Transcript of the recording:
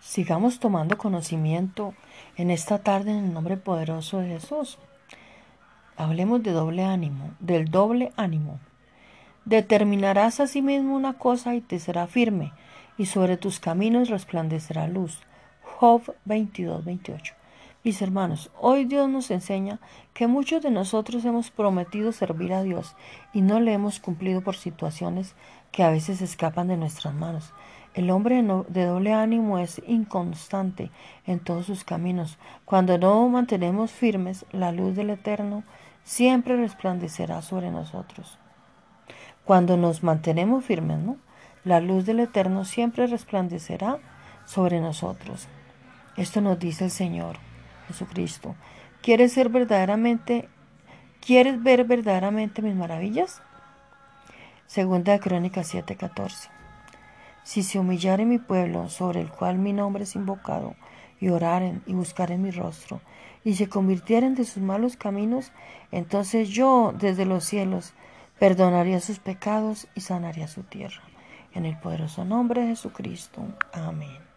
Sigamos tomando conocimiento en esta tarde en el nombre poderoso de Jesús. Hablemos de doble ánimo, del doble ánimo. Determinarás a sí mismo una cosa y te será firme, y sobre tus caminos resplandecerá luz. Job 22:28. Mis hermanos, hoy Dios nos enseña que muchos de nosotros hemos prometido servir a Dios y no le hemos cumplido por situaciones que a veces escapan de nuestras manos. El hombre de doble ánimo es inconstante en todos sus caminos. Cuando no mantenemos firmes, la luz del Eterno siempre resplandecerá sobre nosotros. Cuando nos mantenemos firmes, ¿no? La luz del Eterno siempre resplandecerá sobre nosotros. Esto nos dice el Señor Jesucristo. ¿Quieres ver verdaderamente mis maravillas? Segunda de Crónicas 7:14. Si se humillare mi pueblo, sobre el cual mi nombre es invocado, y oraren y buscaren mi rostro, y se convirtieren de sus malos caminos, entonces yo desde los cielos perdonaría sus pecados y sanaría su tierra. En el poderoso nombre de Jesucristo. Amén.